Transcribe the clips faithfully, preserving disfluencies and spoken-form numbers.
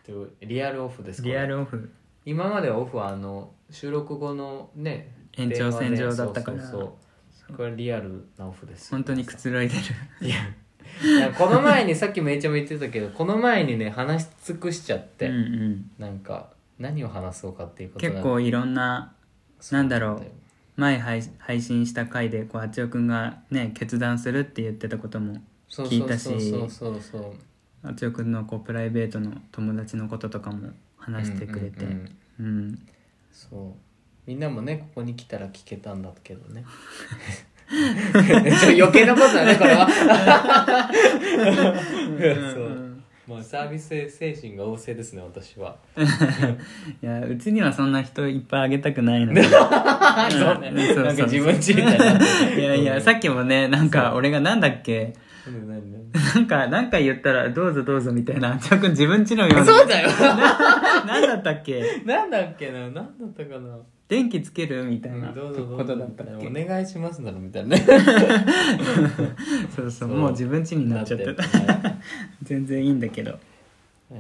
リアルオフです。 リアルオフ。 今まではオフはあの収録後のね延長線上だったから。 そうそうそう、これリアルなオフです。 本当にくつろいでる。 いやいやこの前にさっきめいちゃんも言ってたけど、この前にね話し尽くしちゃって、 うんうん、 なんか何を話そうかっていうこと結構いろんな、なんだろう、前配配信した回でこうあちおくんがね決断するって言ってたことも聞いたし、あちおくんのこうプライベートの友達のこととかも話してくれて、うん、うんうん、 そうみんなもねここに来たら聞けたんだけどね余計なことだねこれはそう、まあ、サービス精神が旺盛ですね私は。 いやうちにはそんな人いっぱいあげたくないのでそうね、うん、そうなんか自分ちみたいな。 いやいやさっきもねなんか俺がなんだっけなんかなんか言ったらどうぞどうぞみたいな、あちおくん自分ちのような。 そうだよなんだったっけなんだっけな、なんだったかな、 電気つけるみたいな、 うん、どうぞどうぞことだったっけ。 お願いしますだろみたいなねそうそう、もう自分家になっちゃってた全然いいんだけど、はい、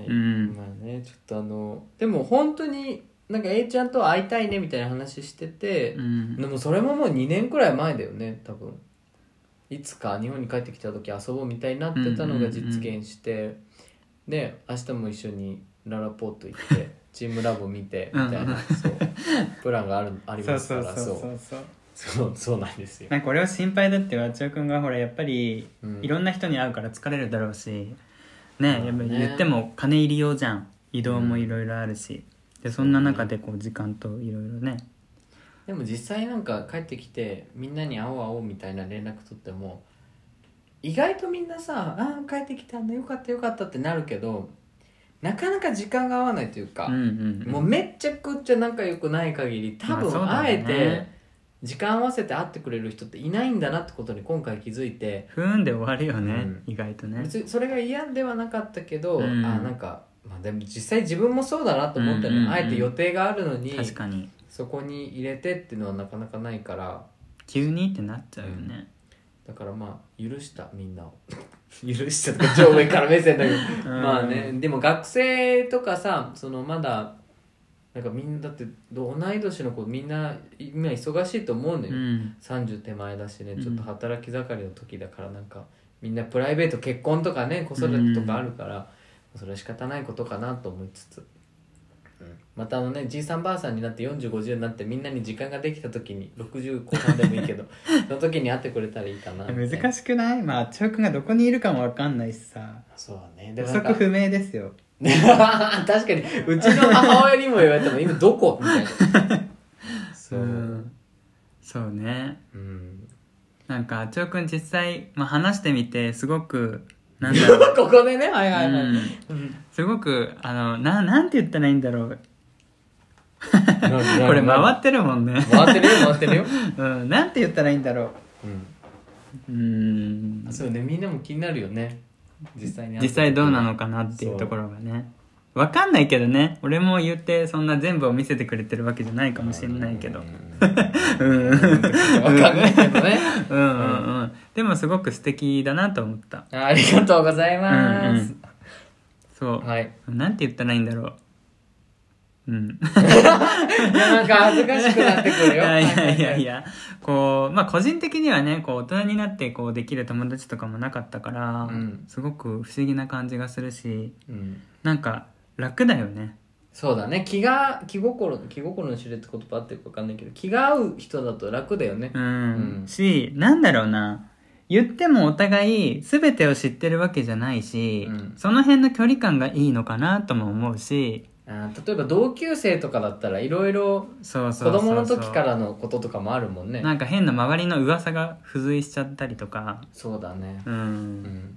うん、 まあねちょっとあのでも本当になんか A ちゃんと会いたいねみたいな話してて、うん、でもそれももうにねんくらい前だよね多分。いつか日本に帰ってきた時遊ぼうみたいになってたのが実現して、うんうんうん、で明日も一緒にララポート行ってチームラボ見てみたいな、うん、そうプランがあるありますから、そうそうそうそうそうそうなんですよ。 なんか俺は心配だってわちおくんがほらやっぱり、うん、いろんな人に会うから疲れるだろうしね、やっぱり言っても金入り用じゃん、移動もいろいろあるし、うん、でそんな中でこう時間といろいろね。 でも実際なんか帰ってきてみんなに会おう会おうみたいな連絡取っても意外とみんなさあ帰ってきたんだよかったよかったってなるけどなかなか時間が合わないというか、うんうんうん、もうめっちゃくちゃ仲良くない限り多分あえて時間合わせて会ってくれる人っていないんだなってことに今回気づいて、 ふーんで終わるよね、うん、意外とね。 別にそれが嫌ではなかったけど、うん、あなんか、まあ、でも実際自分もそうだなと思ったの、うんうんうん、あえて予定があるのに確かにそこに入れてっていうのはなかなかないから急にってなっちゃうよね、 うん、だからまあ許したみんなを許したとか超上から目線だけどまあねでも学生とかさそのまだなんかみんなだって同い年の子みんな今忙しいと思うのよ、うん、さんじゅう手前だしねちょっと働き盛りの時だからなんかみんなプライベート結婚とかね子育てとかあるから、うん、それは仕方ないことかなと思いつつまたあのねじいさんばあさんになってよんじゅうごじゅうになってみんなに時間ができた時にろくじゅう後半でもいいけどその時に会ってくれたらいいかな難しくない？まああっちおくんがどこにいるかも分かんないしさ。 そうね予測不明ですよ確かにうちの母親にも言われても今どこみたいなそう、うん、 そうね、うん、なんかあっちおくん実際、まあ、話してみてすごくなんだろうここでねはいはいはい、うんうん、すごくあの な, なんて言ったらいいんだろうこれ回ってるもんね回ってるよ回ってるよ、 うん、なんて言ったらいいんだろう、うん、 うんそうねみんなも気になるよね実際に実際どうなのかなっていうところがね分かんないけどね俺も言ってそんな全部を見せてくれてるわけじゃないかもしれないけどうん分かんないけどねうんうんうん、でもすごく素敵だなと思った。 ありがとうございます、うんうん、 そう、はい、なんて言ったらいいんだろううん、 いやなんか恥ずかしくなってくるよ。いやいやいやいやこうまあ個人的にはねこう大人になってこうできる友達とかもなかったから、うん、すごく不思議な感じがするし、うん、なんか楽だよね。 そうだね気が気心気心の知れって言葉あってるか分かんないけど気が合う人だと楽だよね。 うん、うん、しなんだろうな言ってもお互い全てを知ってるわけじゃないし、うん、その辺の距離感がいいのかなとも思うし。 あ例えば同級生とかだったらいろいろ子供の時からのこととかもあるもんね。 なんか変な周りの噂が付随しちゃったりとか。 そうだね、 うん、うん、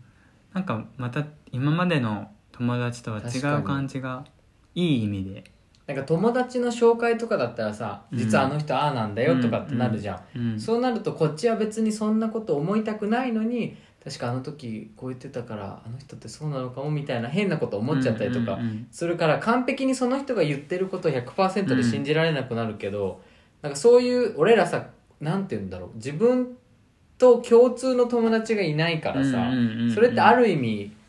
なんかまた今までの友達とは違う感じがいい意味でなんか友達の紹介とかだったらさ実はあの人ああなんだよとかってなるじゃん、うんうんうん、そうなるとこっちは別にそんなこと思いたくないのに確かあの時こう言ってたからあの人ってそうなのかもみたいな変なこと思っちゃったりとかするから完璧にその人が言ってることを ひゃくパーセント で信じられなくなるけど、うん、なんかそういう俺らさなんて言うんだろう自分と共通の友達がいないからさ、うんうんうんうん、それってある意味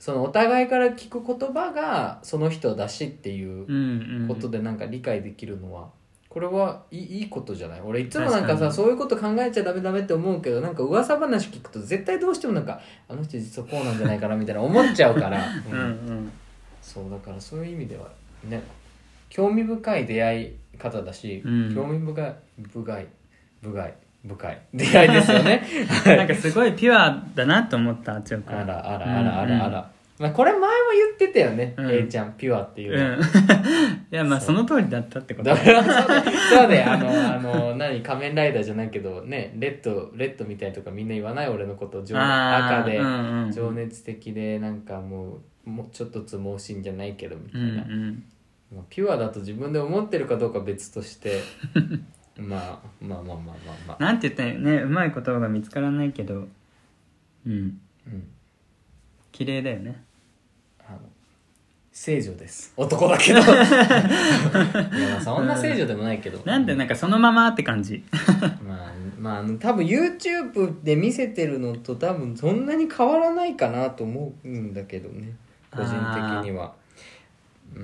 そのお互いから聞く言葉がその人だしっていうことでなんか理解できるのは、これはいい、いいことじゃない。俺いつもなんかさ、そういうこと考えちゃダメダメって思うけど、なんか噂話聞くと絶対どうしてもなんかあの人実はこうなんじゃないかなみたいな思っちゃうから、うんうん、そうだからそういう意味ではね、興味深い出会い方だし、うん、興味深い深い深い深い出会いですよねなんかすごいピュアだなと思った。あらあらあらあらあら、うんうん、まあ、これ前も言ってたよね、うん、A ちゃんピュアっていうの、うん、いやまあその通りだったってことだそうでそうであのあの何仮面ライダーじゃないけどね、レッドレッドみたいとかみんな言わない俺のこと赤で、うんうん、情熱的でなんかもう、もうちょっとつ盲信じゃないけどみたいな、うんうん、まあ、ピュアだと自分で思ってるかどうか別としてまあ、まあまあまあまあまあなんて言ったらね、うまい言葉が見つからないけど、うんうん、綺麗だよね。 あの聖女です男だけどいやまあそんな聖女でもないけど、 なんでなんかそのままって感じまあまあ多分 YouTube で見せてるのと多分そんなに変わらないかなと思うんだけどね、個人的には。うん、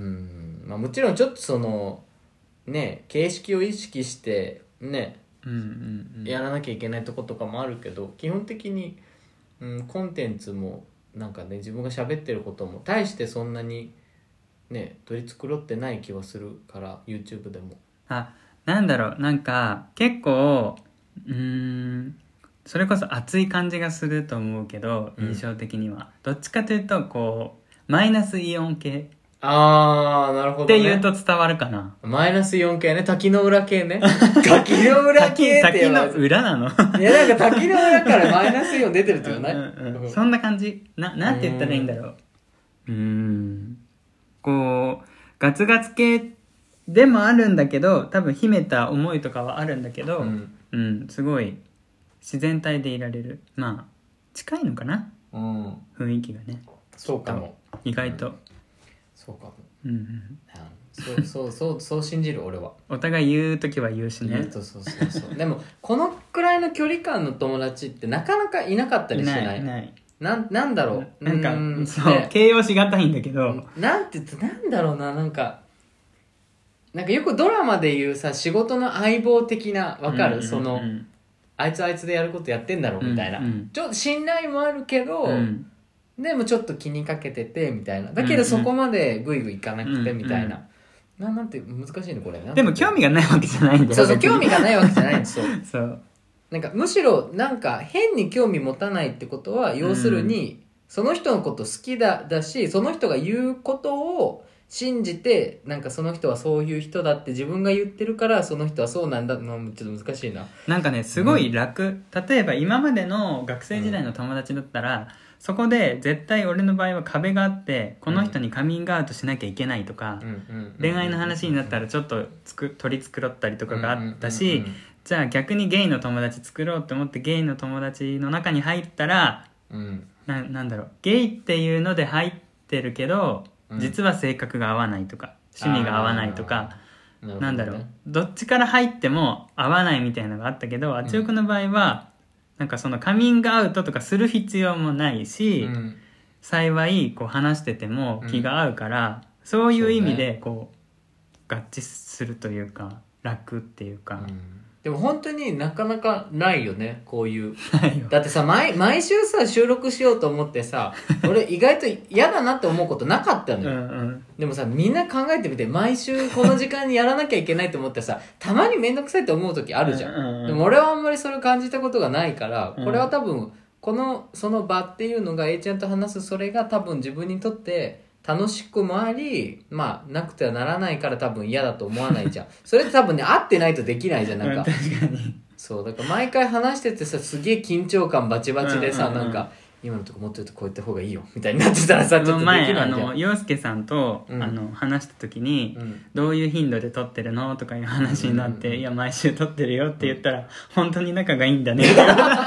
まあもちろんちょっとそのね形式を意識してね、うんうんうん、やらなきゃいけないとことかもあるけど、基本的に、うん、コンテンツもなんかね自分が喋ってることも大してそんなにね取り繕ってない気はするから YouTube でも。 あ、なんだろう、なんか結構うーんそれこそ熱い感じがすると思うけど、印象的には、うん、どっちかというとこうマイナスイオン系。 あーなるほど、ね、 って言うと伝わるかな。 マイナスイオン系ね、滝の裏系ね滝の裏系って滝の裏なのいやなんか滝の裏からマイナスイオン出てるって言わない、 うんうん、そんな感じな、なんて言ったらいいんだろう。うーんこうガツガツ系でもあるんだけど、多分秘めた思いとかはあるんだけど、うん、うん、すごい自然体でいられる。まあ近いのかな、うん、雰囲気がね。 そうかも、 意外と、うん、 そうかも、 うんうん、 そうそうそうそう信じる俺は。 お互い言うときは言うしね。 そうそうそうそうでもこのくらいの距離感の友達ってなかなかいなかったりしない。いないいない。な ん, なんだろう、 なんかうんそう、ね、形容しがたいんだけど、 なんて言ってなんだろうな、なんかなんかよくドラマで言うさ、仕事の相棒的な、わかる、うんうんうん、そのあいつあいつでやることやってんだろうみたいな、うんうん、ちょっと信頼もあるけど、うん、でもちょっと気にかけててみたいな、だけどそこまでグイグイいかなくてみたいな、うんうん、な, なんて難しいねこれ。 でも興味がないわけじゃないんだよ。 そうそう、興味がないわけじゃないんですよそうなんかむしろなんか変に興味持たないってことは、要するに、うん、その人のこと好きだだし、その人が言うことを信じて、なんかその人はそういう人だって自分が言ってるから、その人はそうなんだの、ちょっと難しいな。 なんかねすごい楽、うん、例えば今までの学生時代の友達だったら、うん、そこで絶対俺の場合は壁があって、この人にカミングアウトしなきゃいけないとか、うん、恋愛の話になったらちょっとつく取り繕ったりとかがあったし、うんうんうんうん、じゃあ逆にゲイの友達作ろうと思ってゲイの友達の中に入ったら、うん、な, なんだろうゲイっていうので入ってるけど、うん、実は性格が合わないとか趣味が合わないとか、な, なんだろう、ね、どっちから入っても合わないみたいなのがあったけど、あちおくの場合はなんかそのカミングアウトとかする必要もないし、うん、幸いこう話してても気が合うから、うん、そういう意味でこう合致するというか楽っていうか、うん、 でも本当になかなかないよね、こういうだってさ 毎, 毎週さ収録しようと思ってさ俺意外と嫌だなって思うことなかったのようん、うん、でもさみんな考えてみて、毎週この時間にやらなきゃいけないと思ってさたまにめんどくさいって思う時あるじゃん、うんうんうん、でも俺はあんまりそれを感じたことがないから、これは多分このその場っていうのが A ちゃんと話す、それが多分自分にとって楽しくもあり、まあなくてはならないから多分嫌だと思わないじゃんそれって多分ね合ってないとできないじゃん、なんか、 うん、確かにそうだから毎回話しててさ、すげえ緊張感バチバチでさ、うんうんうん、なんか今のとこもっと言うとこう言った方がいいよみたいになってたらさ、ちょっとできないじゃん。 前あの陽介さんと、うん、あの話した時に、うん、どういう頻度で撮ってるのとかいう話になって、うんうんうん、いや毎週撮ってるよって言ったら、うん、本当に仲がいいんだねって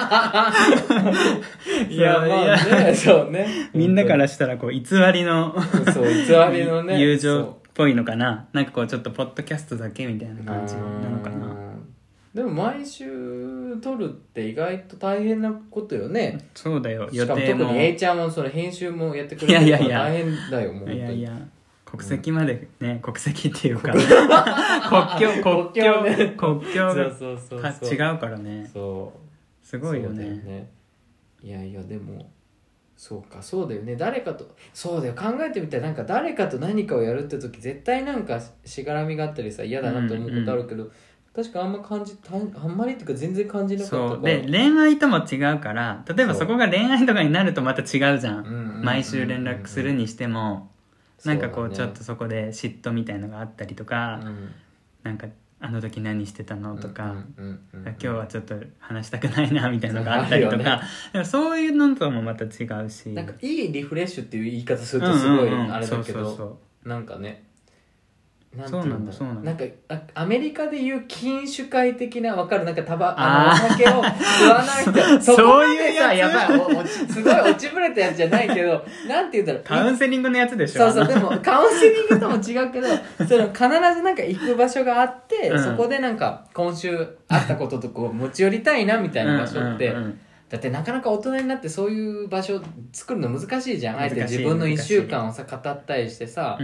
いやまあね、そうねみんなからしたらこう偽りのそう偽りのね友情っぽいのかな、なんかこうちょっとポッドキャストだけみたいな感じなのかな。 でも毎週撮るって意外と大変なことよね。 そうだよ。 しかも予定も特に A ちゃんはそれ編集もやってくれるから大変だよ。もういやいや国籍までね、うん、国籍っていうか国境国境、ね、国境がそうそうそうそう違うからね。 そうすごいよ ね, よね。いやいやでもそうかそうだよね。誰かとそうだよ、考えてみたらなんか誰かと何かをやるって時絶対なんかしがらみがあったりさ嫌だなと思うことあるけど、うんうん、確かあんま感じあんまりっていうか全然感じなかったから。 そうで恋愛とも違うから、例えばそこが恋愛とかになるとまた違うじゃん、 うんうんうんうん、 毎週連絡するにしてもなんかこうそうだね、 ちょっとそこで嫉妬みたいのがあったりとか、うん、なんかあの時何してたのとか、うんうんうんうん、今日はちょっと話したくないなみたいなのがあったりとか、そう、そういうのともまた違うし、 なんかいいリフレッシュっていう言い方するとすごいあれだけど、なんかね、なんていうんだろう、なんかアメリカでいう禁酒会的な、わかる、なんかタバあのお酒を吸わない人そこまでさ、やばいおおちすごい落ちぶれたやつじゃないけど、なんて言うんだろう、 カウンセリングのやつでしょ。 そうそう、でもカウンセリングとも違うけどその必ずなんか行く場所があって、うん、そこでなんか今週あったこととこう持ち寄りたいなみたいな場所って、うんうんうん、だってなかなか大人になってそういう場所作るの難しいじゃん。あえて自分のいっしゅうかんをさ語ったりしてさ、うん、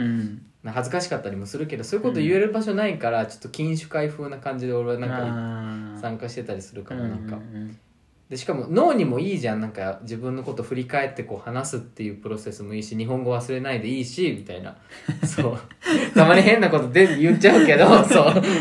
恥ずかしかったりもするけど、そういうこと言える場所ないから、うん、ちょっと禁酒会風な感じで俺はなんか参加してたりするから、なんか、うんうんうん、でしかも脳にもいいじゃん、なんか自分のこと振り返ってこう話すっていうプロセスもいいし、日本語忘れないでいいしみたいなそうたまに変なことで言っちゃうけどそう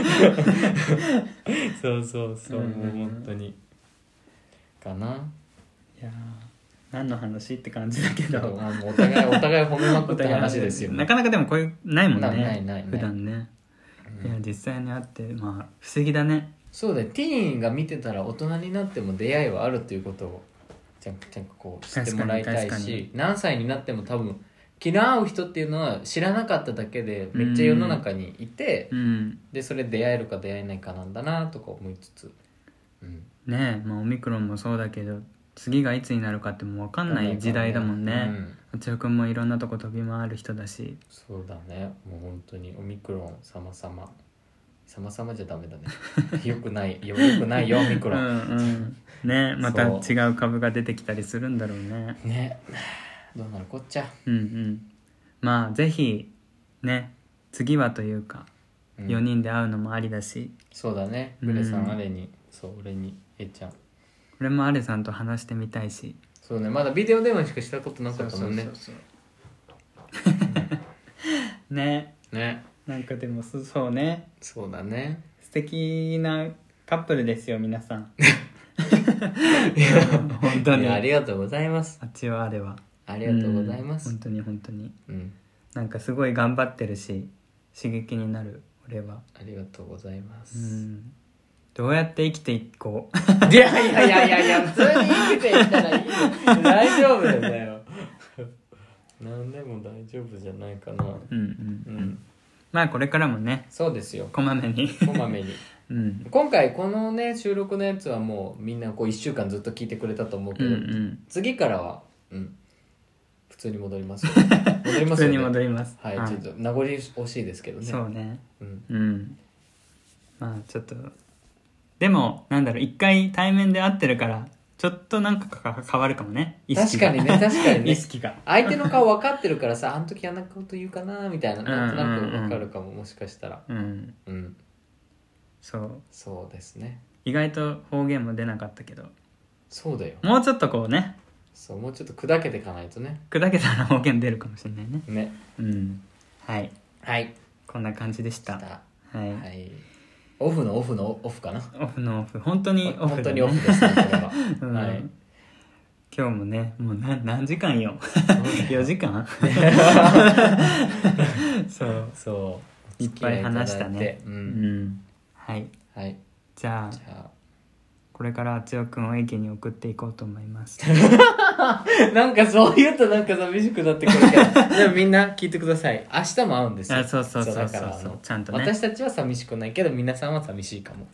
そうそうそう、もう本当にかな。 いや何の話って感じだけどお互いお互い褒めまくった話ですよ、ね、 なかなかでもこういうないもんね、 ないないない普段ね、うん、いや実際にあってまあ不思議だね。 そうだよ、ティーンが見てたら大人になっても出会いはあるっていうことをちゃんちゃんこう知ってもらいたいし、何歳になっても多分気の合う人っていうのは知らなかっただけでめっちゃ世の中にいて、うん、でそれ出会えるか出会えないかなんだなとか思いつつ、 うん、ねえ、まあ、オミクロンもそうだけど次がいつになるかってもう分かんない時代だもんね。あちおくんもいろんなとこ飛び回る人だし。 そうだね、もう本当にオミクロン様々様々じゃダメだねよくないよくないよオミクロンうん、 うん、ね、また違う株が出てきたりするんだろうね。 ね、どうなるこっちゃ。 うんうん。まあぜひね、次はというか、うん、よにんで会うのもありだし。 そうだね、グレさん、うん、あれに、そう俺にえちゃん、 俺もアレさんと話してみたいし。 そうね、まだビデオ電話しかしたことなかったもんね。そうそうそうそうねね、 なんかでもそうね、 そうだね、 素敵なカップルですよ皆さん本当にありがとうございます。 あっちはあれはありがとうございます、 うん、本当に本当に、 うん、 なんかすごい頑張ってるし刺激になる俺は。 ありがとうございます、 うん、どうやって生きていこういやいやいやいやいや、普通に生きていったらいいよ大丈夫だよ何でも大丈夫じゃないかな。うんうんうん、 まあこれからもね、 そうですよ、 こまめにこまめに、うん、今回このね収録のやつはもうみんなこういっしゅうかんずっと聞いてくれたと思うけど、うんうん、次からは、うん、普通に戻りますよ戻りますよ、ね、 普通に戻ります、 はい、はい、ちょっと名残惜しいですけどね。 そうね、うん、うん、まあちょっとでもなんだろう、一回対面で会ってるからちょっとなんか変わるかもね、意識が。 確かにね、確かにね意識が相手の顔分かってるからさあの時あんなこと言うかなみたいな、なんとなく分かるかも、もしかしたら、うんうん、 そうそうですね、 意外と方言も出なかったけど、 そうだよ、 もうちょっとこうね、 そうもうちょっと砕けていかないとね、 砕けたら方言出るかもしれないね。 ね、 うん、はいはい、 こんな感じでした。はい、はい、 オフのオフのオフかな。 オフのオフ、本当にオフ、ね、 本当にオフですねこれは、うん、はい。 今日もね、もう 何, 何時間よよじかんそうそういっぱい話したね、うんうん、はい、はい、じゃあ、じゃあこれからあつよくんを駅に送っていこうと思いますなんかそう言うとなんか寂しくなってくるけどでもみんな聞いてください、明日も会うんですよ。 あ、そうそうそうそう、 そうだから、 ちゃんとね、 私たちは寂しくないけど皆さんは寂しいかも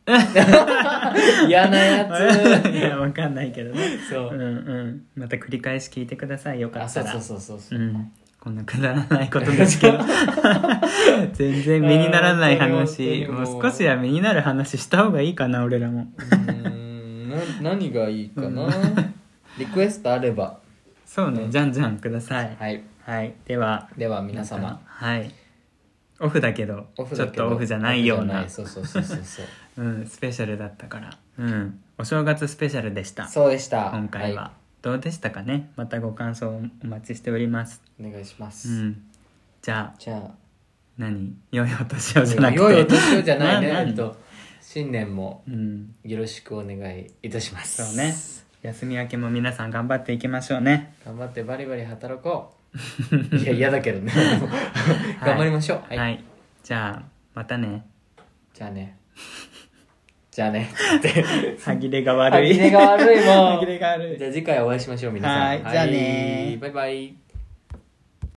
嫌なやついや分かんないけどね。そう、うんうん、また繰り返し聞いてください、よかったら。 あ、そうそうそうそう、 うん、 こんなくだらないことですけど全然身にならない話、もう少しは身になる話した方がいいかな俺らも。 うーんな何がいいかなリクエストあればそうね、 うんじゃんじゃんください。 はいはい、ではでは皆様またはいオフだけどオフだけどちょっとオフじゃないようなそうそうそうそうそううんスペシャルだったから、うんお正月スペシャルでしたそうでした今回は、 いどうでしたかね。またご感想をお待ちしております。 お願いします、 うんじゃあじゃあ何良いお年をじゃなくて良いお年をじゃないねな何えっと新年もうんよろしくお願いいたしますそうね、休み明けも皆さん頑張っていきましょうね。 頑張ってバリバリ働こういや嫌だけどね頑張りましょうはい、 はい、 はいじゃあまたね。 じゃあねじゃあねって歯切れが悪い歯切れが悪いもん歯切れが悪い。 じゃあ次回お会いしましょう皆さんはいじゃあねバイバイ。